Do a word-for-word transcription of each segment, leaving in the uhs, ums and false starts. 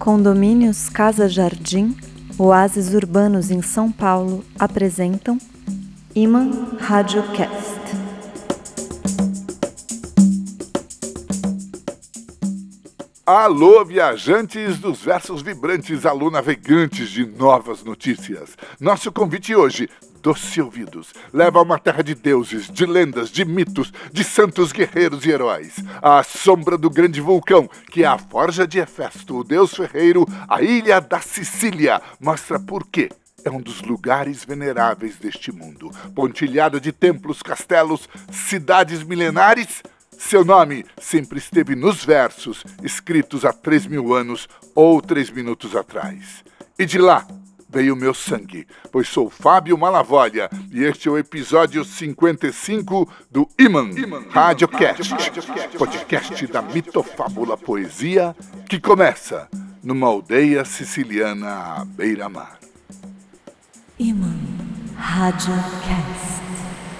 Condomínios Casa Jardim, oásis urbanos em São Paulo, apresentam Iman Radiocast. Alô, viajantes dos versos vibrantes, alô, navegantes de novas notícias. Nosso convite hoje, doce ouvidos, leva a uma terra de deuses, de lendas, de mitos, de santos guerreiros e heróis. À sombra do grande vulcão, que é a Forja de Hefesto, o deus ferreiro, a ilha da Sicília, mostra por quê. É um dos lugares veneráveis deste mundo, pontilhado de templos, castelos, cidades milenares. Seu nome sempre esteve nos versos, escritos há três mil anos ou três minutos atrás. E de lá veio o meu sangue, pois sou Fábio Malavolha e este é o episódio cinquenta e cinco do Iman Radiocast, podcast da mitofábula poesia que começa numa aldeia siciliana à beira-mar. Iman Radiocast.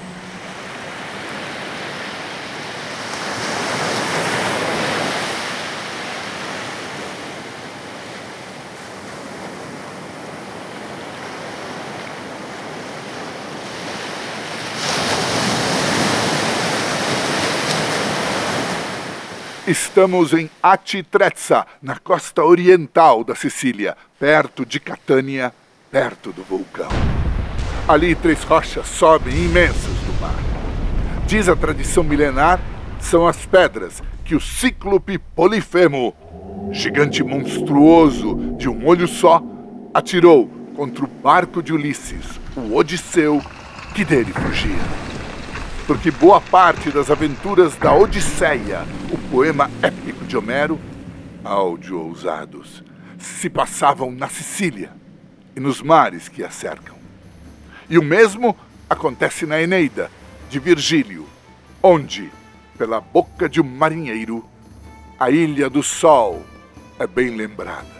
Estamos em Atitrezza, na costa oriental da Sicília, perto de Catânia, perto do vulcão. Ali três rochas sobem imensas do mar. Diz a tradição milenar, são as pedras que o cíclope Polifemo, gigante monstruoso de um olho só, atirou contra o barco de Ulisses, o Odisseu, que dele fugia. Porque boa parte das aventuras da Odisseia, o poema épico de Homero, áudio ousados, se passavam na Sicília e nos mares que a cercam. E o mesmo acontece na Eneida, de Virgílio, onde, pela boca de um marinheiro, a Ilha do Sol é bem lembrada.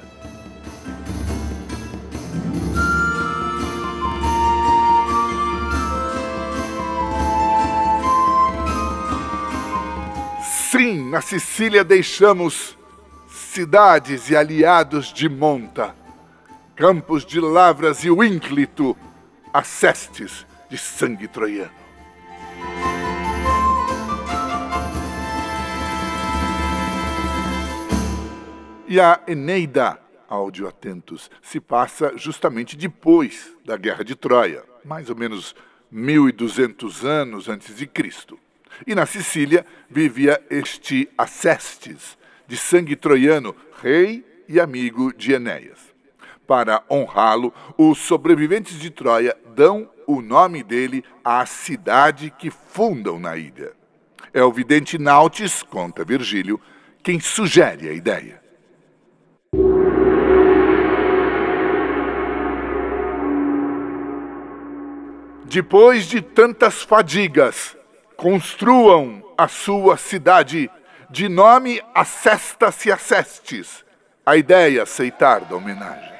Sim, na Sicília deixamos cidades e aliados de monta, campos de lavras e o ínclito, acestes de sangue troiano. E a Eneida, áudio atentos, se passa justamente depois da Guerra de Troia, mais ou menos mil e duzentos anos antes de Cristo. E na Sicília vivia este Acestes, de sangue troiano, rei e amigo de Enéas. Para honrá-lo, os sobreviventes de Troia dão o nome dele à cidade que fundam na ilha. É o vidente Nautes, conta Virgílio, quem sugere a ideia. Depois de tantas fadigas, construam a sua cidade, de nome Acesta-se Acestes, a ideia aceitar da homenagem.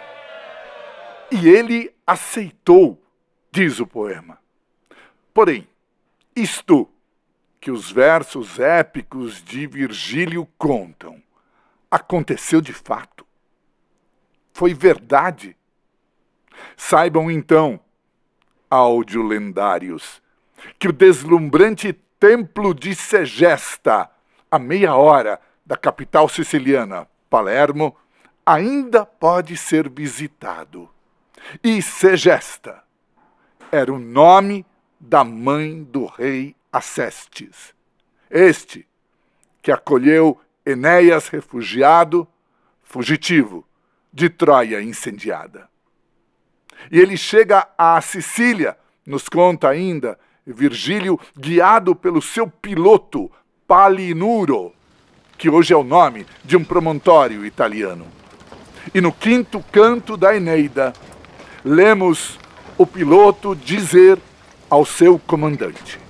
E ele aceitou, diz o poema. Porém, isto que os versos épicos de Virgílio contam, aconteceu de fato. Foi verdade. Saibam então, áudio lendários, que o deslumbrante templo de Segesta, a meia hora da capital siciliana, Palermo, ainda pode ser visitado. E Segesta era o nome da mãe do rei Acestes. Este que acolheu Enéas refugiado, fugitivo, de Troia incendiada. E ele chega à Sicília, nos conta ainda, Virgílio, guiado pelo seu piloto, Palinuro, que hoje é o nome de um promontório italiano. E no quinto canto da Eneida, lemos o piloto dizer ao seu comandante: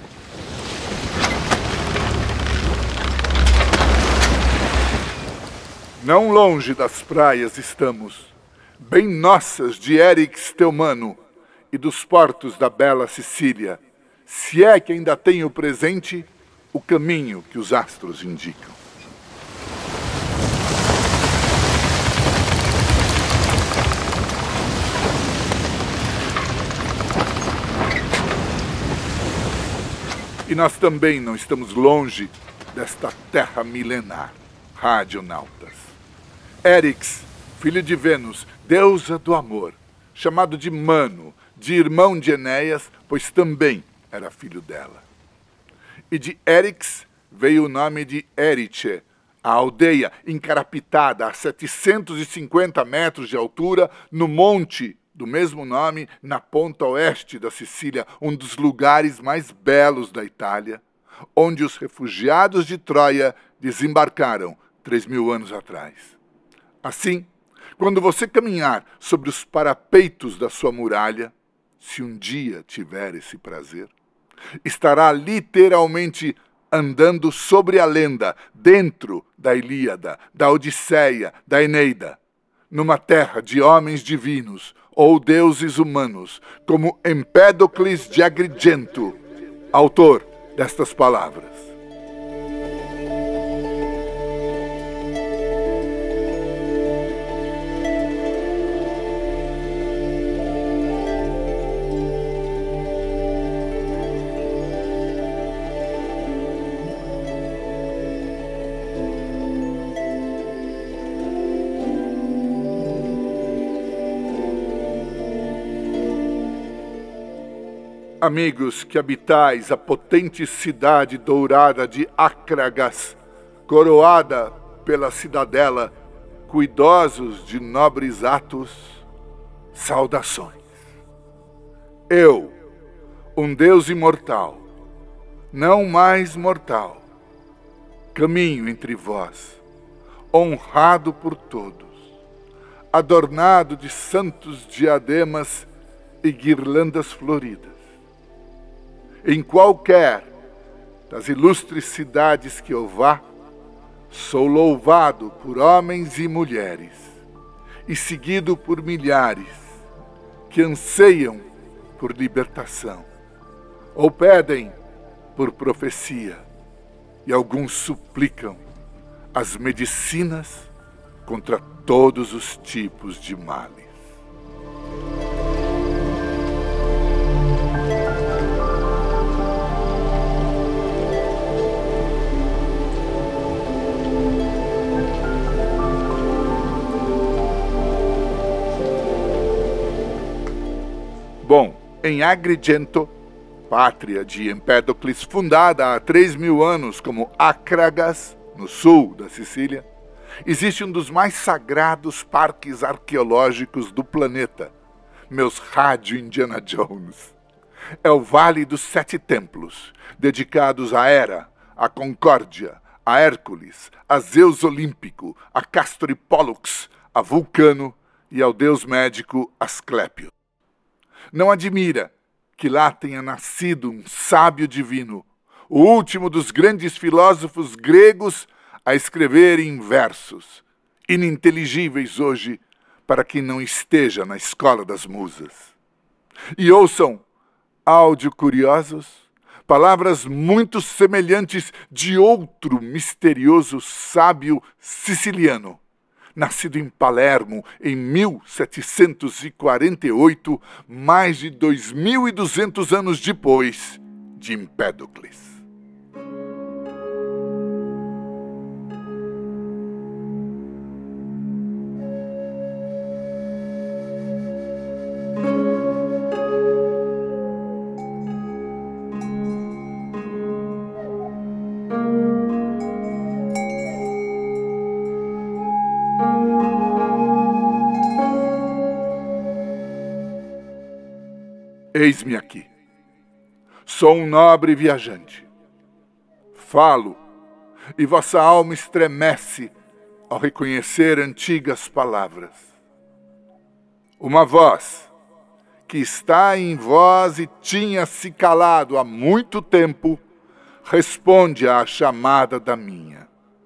não longe das praias estamos, bem nossas de Erix Teumano e dos portos da bela Sicília, se é que ainda tenho presente o caminho que os astros indicam. E nós também não estamos longe desta terra milenar, radionautas. Eryx, filho de Vênus, deusa do amor, chamado de Mano, de irmão de Enéas, pois também era filho dela. E de Eryx veio o nome de Erice, a aldeia encarapitada a setecentos e cinquenta metros de altura no monte do mesmo nome, na ponta oeste da Sicília, um dos lugares mais belos da Itália, onde os refugiados de Troia desembarcaram três mil anos atrás. Assim, quando você caminhar sobre os parapeitos da sua muralha, se um dia tiver esse prazer, estará literalmente andando sobre a lenda, dentro da Ilíada, da Odisseia, da Eneida, numa terra de homens divinos ou deuses humanos, como Empédocles de Agrigento, autor destas palavras. Amigos que habitais a potente cidade dourada de Acragas, coroada pela cidadela, cuidosos de nobres atos, saudações. Eu, um Deus imortal, não mais mortal, caminho entre vós, honrado por todos, adornado de santos diademas e guirlandas floridas. Em qualquer das ilustres cidades que eu vá, sou louvado por homens e mulheres, e seguido por milhares que anseiam por libertação, ou pedem por profecia, e alguns suplicam as medicinas contra todos os tipos de males. Bom, em Agrigento, pátria de Empédocles, fundada há três mil anos como Acragas, no sul da Sicília, existe um dos mais sagrados parques arqueológicos do planeta, meus rádio Indiana Jones. É o Vale dos Sete Templos, dedicados a Hera, a Concórdia, a Hércules, a Zeus Olímpico, a Castor e Pólux, a Vulcano e ao deus médico Asclépio. Não admira que lá tenha nascido um sábio divino, o último dos grandes filósofos gregos a escrever em versos, ininteligíveis hoje para quem não esteja na escola das musas. E ouçam, áudio curiosos, palavras muito semelhantes de outro misterioso sábio siciliano, nascido em Palermo em mil setecentos e quarenta e oito, mais de dois mil e duzentos anos depois de Empédocles. Eis-me aqui. Sou um nobre viajante. Falo, e vossa alma estremece ao reconhecer antigas palavras. Uma voz que está em vós e tinha se calado há muito tempo, responde à chamada da minha.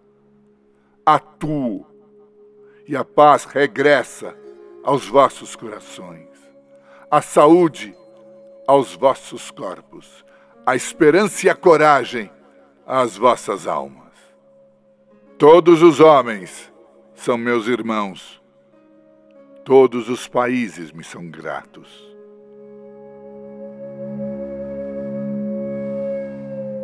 Atuo, e a paz regressa aos vossos corações. A saúde aos vossos corpos, a esperança e a coragem às vossas almas. Todos os homens são meus irmãos, todos os países me são gratos.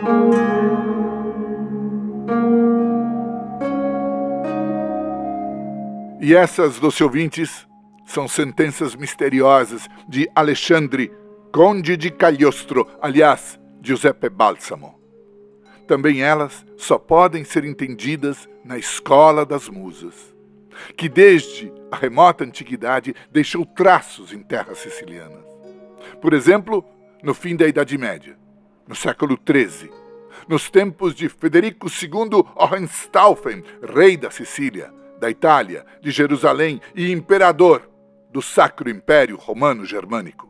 E essas, doce ouvintes, são sentenças misteriosas de Alexandre, Conde de Cagliostro, aliás, Giuseppe Balsamo. Também elas só podem ser entendidas na escola das musas, que desde a remota antiguidade deixou traços em terras sicilianas. Por exemplo, no fim da Idade Média, no século treze, nos tempos de Federico segundo Hohenstaufen, rei da Sicília, da Itália, de Jerusalém e imperador do Sacro Império Romano Germânico.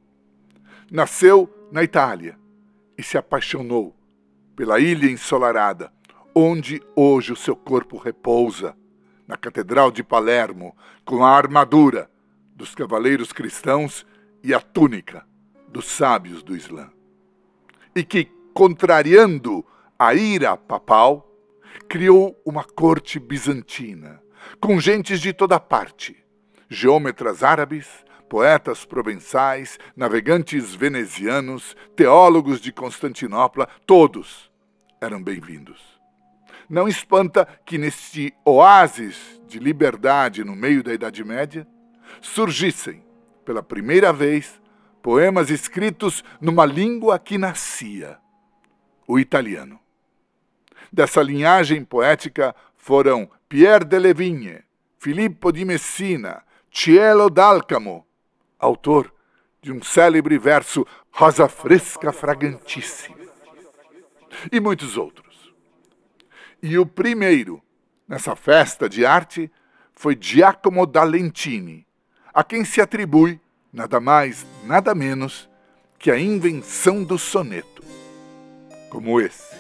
Nasceu na Itália e se apaixonou pela ilha ensolarada, onde hoje o seu corpo repousa, na Catedral de Palermo, com a armadura dos cavaleiros cristãos e a túnica dos sábios do Islã. E que, contrariando a ira papal, criou uma corte bizantina, com gentes de toda parte, geômetras árabes, poetas provençais, navegantes venezianos, teólogos de Constantinopla, todos eram bem-vindos. Não espanta que neste oásis de liberdade no meio da Idade Média surgissem, pela primeira vez, poemas escritos numa língua que nascia, o italiano. Dessa linhagem poética foram Pierre de Levigne, Filippo di Messina, Cielo d'Alcamo, autor de um célebre verso Rosa Fresca Fragantissima, e muitos outros. E o primeiro nessa festa de arte foi Giacomo da Lentini, a quem se atribui nada mais, nada menos que a invenção do soneto, como esse.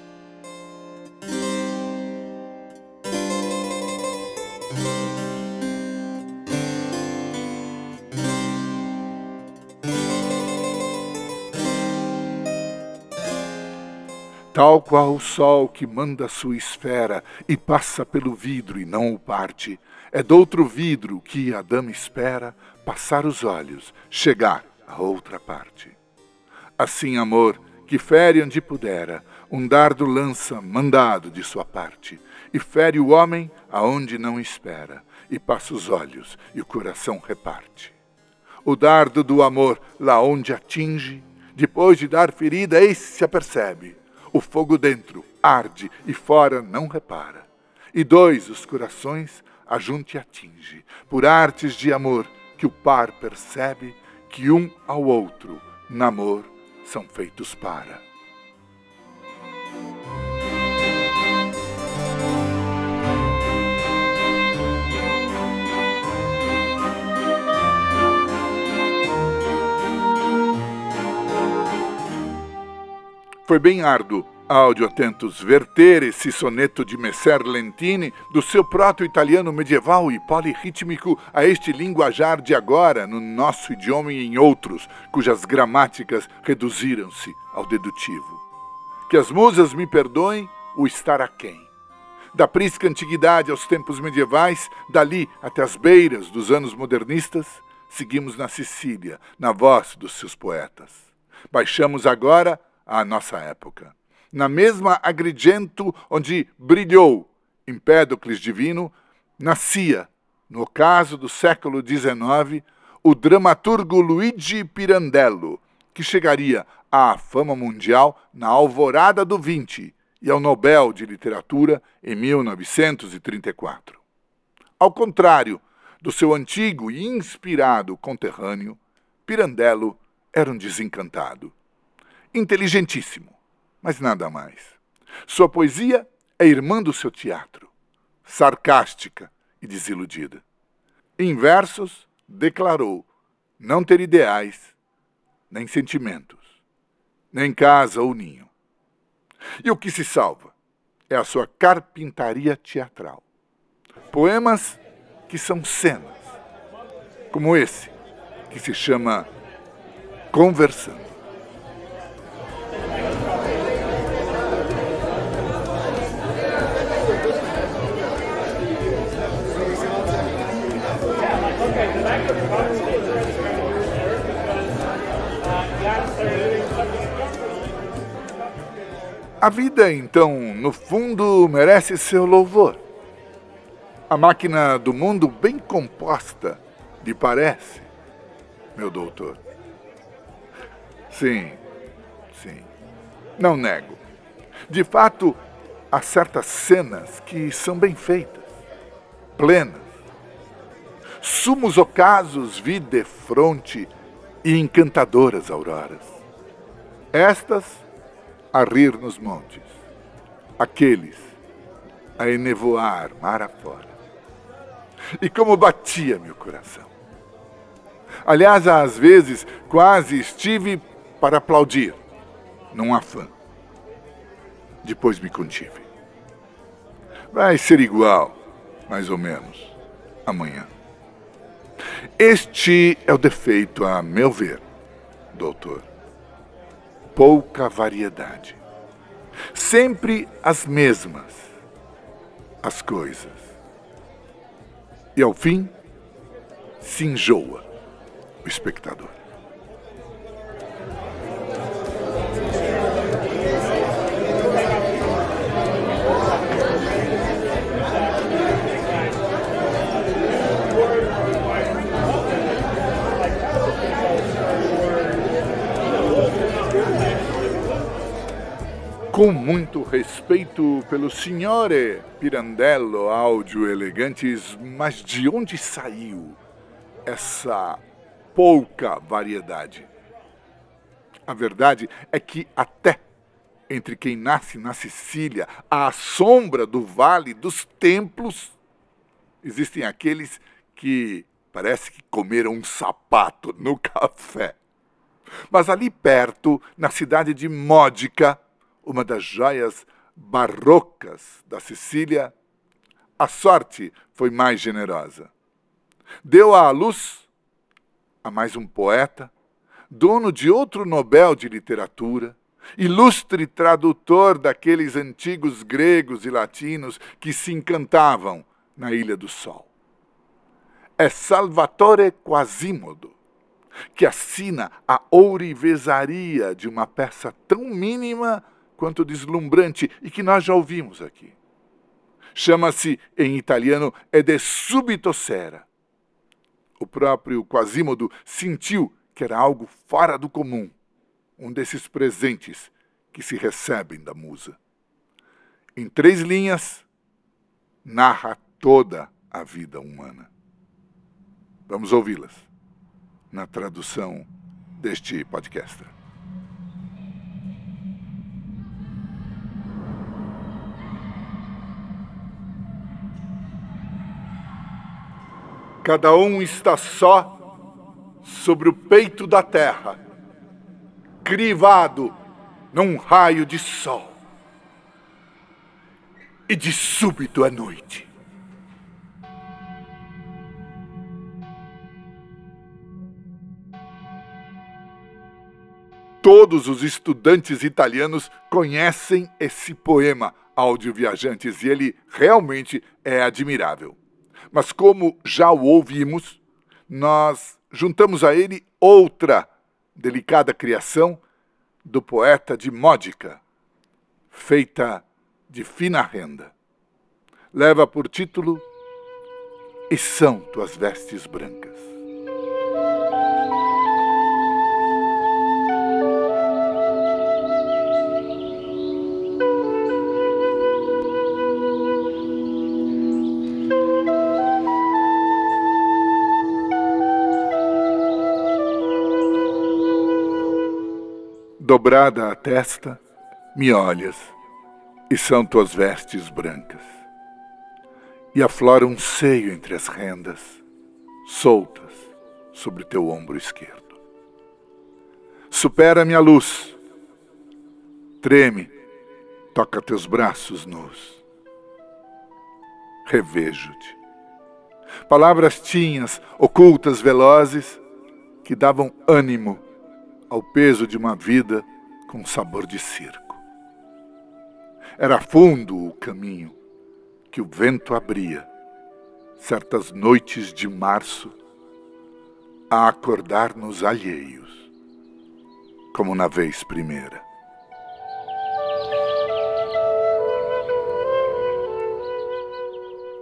Tal qual o sol que manda sua esfera e passa pelo vidro e não o parte, é doutro vidro que a dama espera passar os olhos, chegar a outra parte. Assim, amor, que fere onde pudera, um dardo lança mandado de sua parte, e fere o homem aonde não espera, e passa os olhos e o coração reparte. O dardo do amor lá onde atinge, depois de dar ferida, eis se apercebe. O fogo dentro arde e fora não repara. E dois os corações ajunte e atinge, por artes de amor que o par percebe, que um ao outro, namor, são feitos para. Foi bem árduo, áudio atentos, verter esse soneto de Messer Lentini do seu proto-italiano medieval e polirrítmico a este linguajar de agora, no nosso idioma e em outros, cujas gramáticas reduziram-se ao dedutivo. Que as musas me perdoem o estar aquém. Da prisca antiguidade aos tempos medievais, dali até as beiras dos anos modernistas, seguimos na Sicília, na voz dos seus poetas. Baixamos agora à nossa época. Na mesma Agrigento onde brilhou Empédocles Divino, nascia, no ocaso do século dezenove, o dramaturgo Luigi Pirandello, que chegaria à fama mundial na alvorada do vinte e ao Nobel de Literatura em mil novecentos e trinta e quatro. Ao contrário do seu antigo e inspirado conterrâneo, Pirandello era um desencantado. Inteligentíssimo, mas nada mais. Sua poesia é irmã do seu teatro, sarcástica e desiludida. Em versos, declarou não ter ideais, nem sentimentos, nem casa ou ninho. E o que se salva é a sua carpintaria teatral. Poemas que são cenas, como esse, que se chama Conversando. A vida, então, no fundo, merece seu louvor. A máquina do mundo bem composta, lhe parece, meu doutor? Sim, sim. Não nego. De fato, há certas cenas que são bem feitas, plenas. Sumos ocasos vi de fronte e encantadoras auroras. Estas a rir nos montes, aqueles a enevoar mar afora. E como batia meu coração. Aliás, às vezes, quase estive para aplaudir, num afã. Depois me contive. Vai ser igual, mais ou menos, amanhã. Este é o defeito, a meu ver, doutor. Pouca variedade. Sempre as mesmas, as coisas. E ao fim, se enjoa o espectador. Com muito respeito pelo signore Pirandello Áudio Elegantes, mas de onde saiu essa pouca variedade? A verdade é que até entre quem nasce na Sicília, à sombra do Vale dos Templos, existem aqueles que parece que comeram um sapato no café. Mas ali perto, na cidade de Módica, uma das joias barrocas da Sicília, a sorte foi mais generosa. Deu à luz a mais um poeta, dono de outro Nobel de Literatura, ilustre tradutor daqueles antigos gregos e latinos que se encantavam na Ilha do Sol. É Salvatore Quasimodo, que assina a ourivesaria de uma peça tão mínima quanto deslumbrante e que nós já ouvimos aqui. Chama-se, em italiano, é de subito sera. O próprio Quasimodo sentiu que era algo fora do comum, um desses presentes que se recebem da musa. Em três linhas, narra toda a vida humana. Vamos ouvi-las na tradução deste podcast. Cada um está só sobre o peito da terra, crivado num raio de sol. E de súbito é noite. Todos os estudantes italianos conhecem esse poema, Áudio Viajantes, e ele realmente é admirável. Mas como já o ouvimos, nós juntamos a ele outra delicada criação do poeta de Módica, feita de fina renda. Leva por título E São Tuas Vestes Brancas. Dobrada a testa, me olhas, e são tuas vestes brancas. E aflora um seio entre as rendas, soltas sobre teu ombro esquerdo. Supera-me a luz, treme, toca teus braços nus. Revejo-te. Palavras tinhas, ocultas, velozes, que davam ânimo ao peso de uma vida com sabor de circo. Era fundo o caminho que o vento abria, certas noites de março, a acordar-nos alheios, como na vez primeira.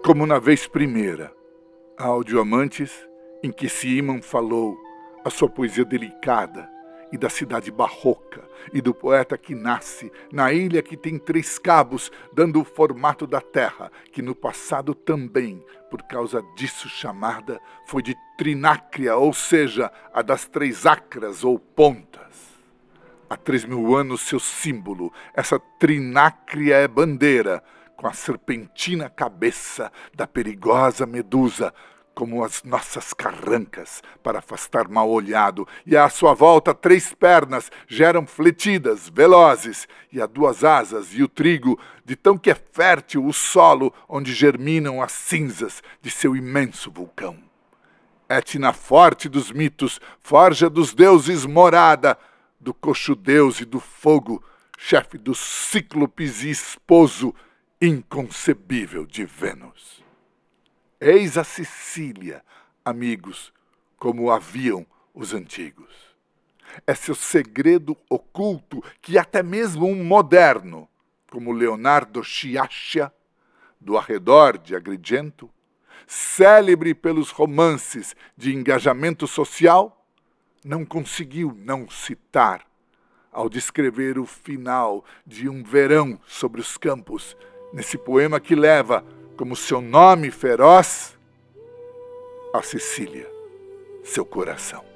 Como na vez primeira, a Audioamantes, em que Simon falou a sua poesia delicada e da cidade barroca e do poeta que nasce na ilha que tem três cabos, dando o formato da terra, que no passado também, por causa disso chamada, foi de Trinácria, ou seja, a das três acras ou pontas. Há três mil anos seu símbolo, essa Trinácria é bandeira, com a serpentina cabeça da perigosa medusa, como as nossas carrancas, para afastar mal olhado, e à sua volta três pernas geram fletidas, velozes, e há duas asas e o trigo, de tão que é fértil o solo onde germinam as cinzas de seu imenso vulcão. Etna forte dos mitos, forja dos deuses morada, do coxo deus e do fogo, chefe dos cíclopes e esposo inconcebível de Vênus. Eis a Sicília, amigos, como haviam os antigos. É seu segredo oculto que até mesmo um moderno, como Leonardo Sciascia, do arredor de Agrigento, célebre pelos romances de engajamento social, não conseguiu não citar ao descrever o final de um verão sobre os campos, nesse poema que leva como seu nome feroz a Sicília, seu coração.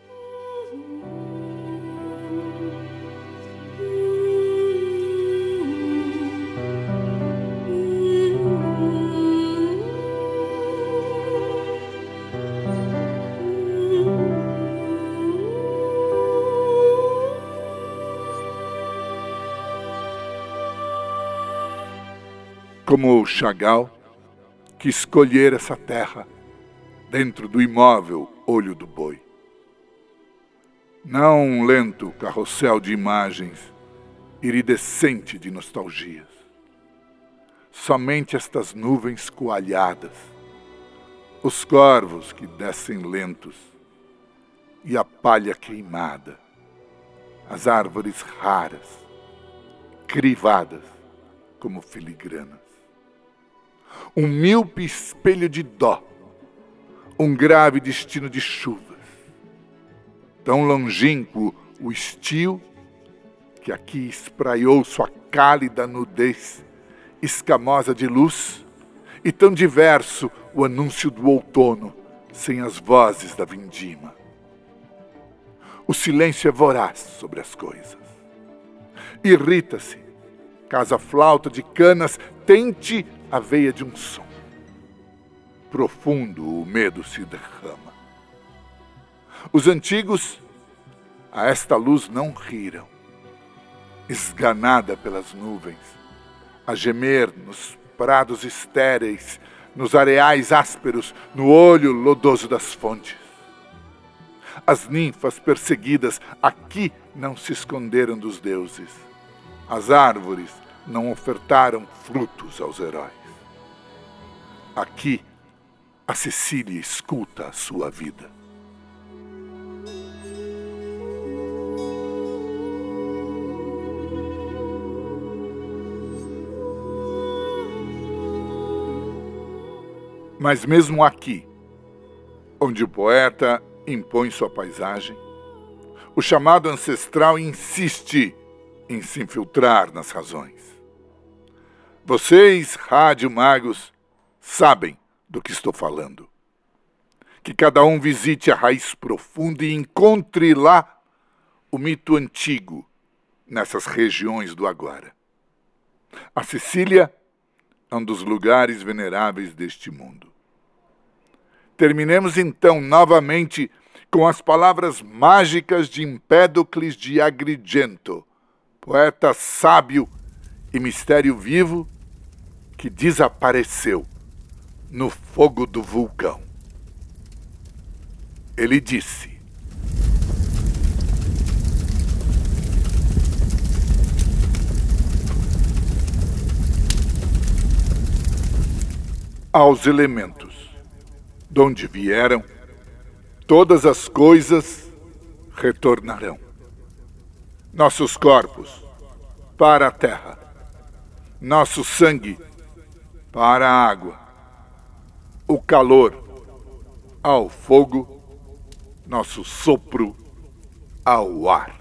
Como Chagall, que escolher essa terra dentro do imóvel olho do boi. Não um lento carrossel de imagens, iridescente de nostalgias. Somente estas nuvens coalhadas, os corvos que descem lentos e a palha queimada, as árvores raras, crivadas como filigranas. Um míope espelho de dó, um grave destino de chuvas. Tão longínquo o estio, que aqui espraiou sua cálida nudez, escamosa de luz, e tão diverso o anúncio do outono, sem as vozes da vindima. O silêncio é voraz sobre as coisas. Irrita-se, caso a flauta de canas tente a veia de um som. Profundo o medo se derrama. Os antigos a esta luz não riram, esganada pelas nuvens, a gemer nos prados estéreis, nos areais ásperos, no olho lodoso das fontes. As ninfas perseguidas aqui não se esconderam dos deuses. As árvores não ofertaram frutos aos heróis. Aqui, a Sicília escuta a sua vida. Mas mesmo aqui, onde o poeta impõe sua paisagem, o chamado ancestral insiste em se infiltrar nas razões. Vocês, rádio magos, sabem do que estou falando. Que cada um visite a raiz profunda e encontre lá o mito antigo nessas regiões do agora. A Sicília é um dos lugares veneráveis deste mundo. Terminemos então novamente com as palavras mágicas de Empédocles de Agrigento, poeta sábio e mistério vivo que desapareceu no fogo do vulcão. Ele disse: aos elementos, donde vieram, todas as coisas retornarão. Nossos corpos para a terra, nosso sangue para a água, o calor ao fogo, nosso sopro ao ar.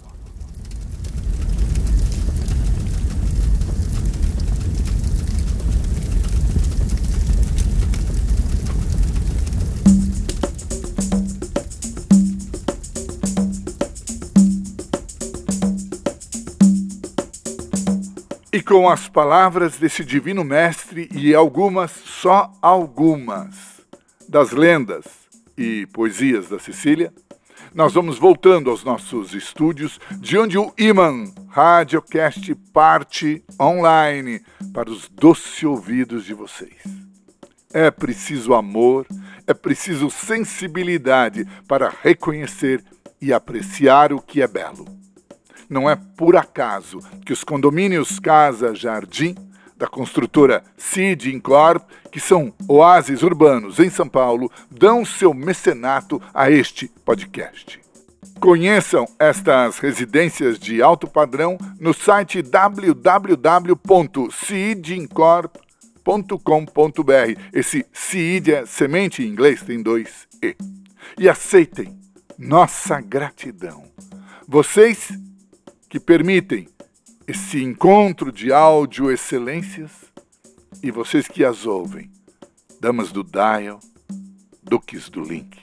E com as palavras desse divino mestre e algumas, só algumas, das lendas e poesias da Sicília, nós vamos voltando aos nossos estúdios, de onde o Iman Radiocast parte online para os doces ouvidos de vocês. É preciso amor, é preciso sensibilidade para reconhecer e apreciar o que é belo. Não é por acaso que os condomínios Casa Jardim, da construtora Cid Incorp, que são oásis urbanos em São Paulo, dão seu mecenato a este podcast. Conheçam estas residências de alto padrão no site w w w ponto cidincorp ponto com ponto b r. Esse Cid é semente em inglês, tem dois E. E aceitem nossa gratidão. Vocês que permitem esse encontro de áudio excelências e vocês que as ouvem, damas do dial, duques do link.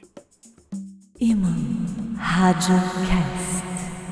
Iman Radiocast.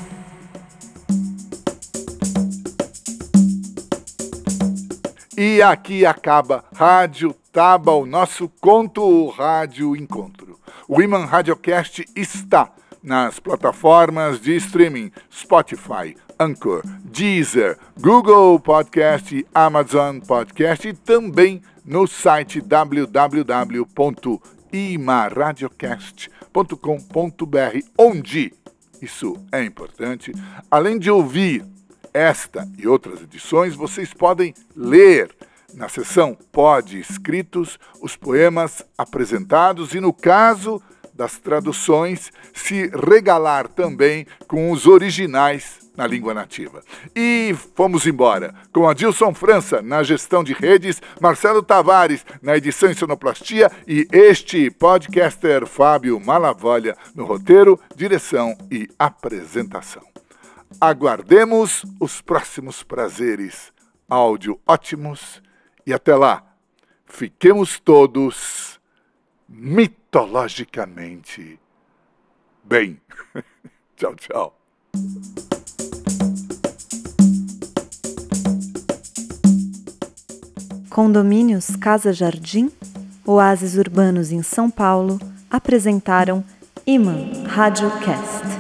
E aqui acaba Rádio Taba, o nosso conto Rádio Encontro. O Iman Radiocast está nas plataformas de streaming Spotify, Anchor, Deezer, Google Podcast, Amazon Podcast e também no site w w w ponto imaradiocast ponto com ponto b r, onde, isso é importante, além de ouvir esta e outras edições, vocês podem ler na seção Pod Escritos os poemas apresentados e, no caso das traduções, se regalar também com os originais na língua nativa. E fomos embora com Adilson França na gestão de redes, Marcelo Tavares na edição e sonoplastia e este podcaster Fábio Malavolha no roteiro, direção e apresentação. Aguardemos os próximos prazeres áudio ótimos e até lá, fiquemos todos mitologicamente bem. Tchau, tchau. Condomínios Casa Jardim, oásis urbanos em São Paulo, apresentaram Iman Radiocast.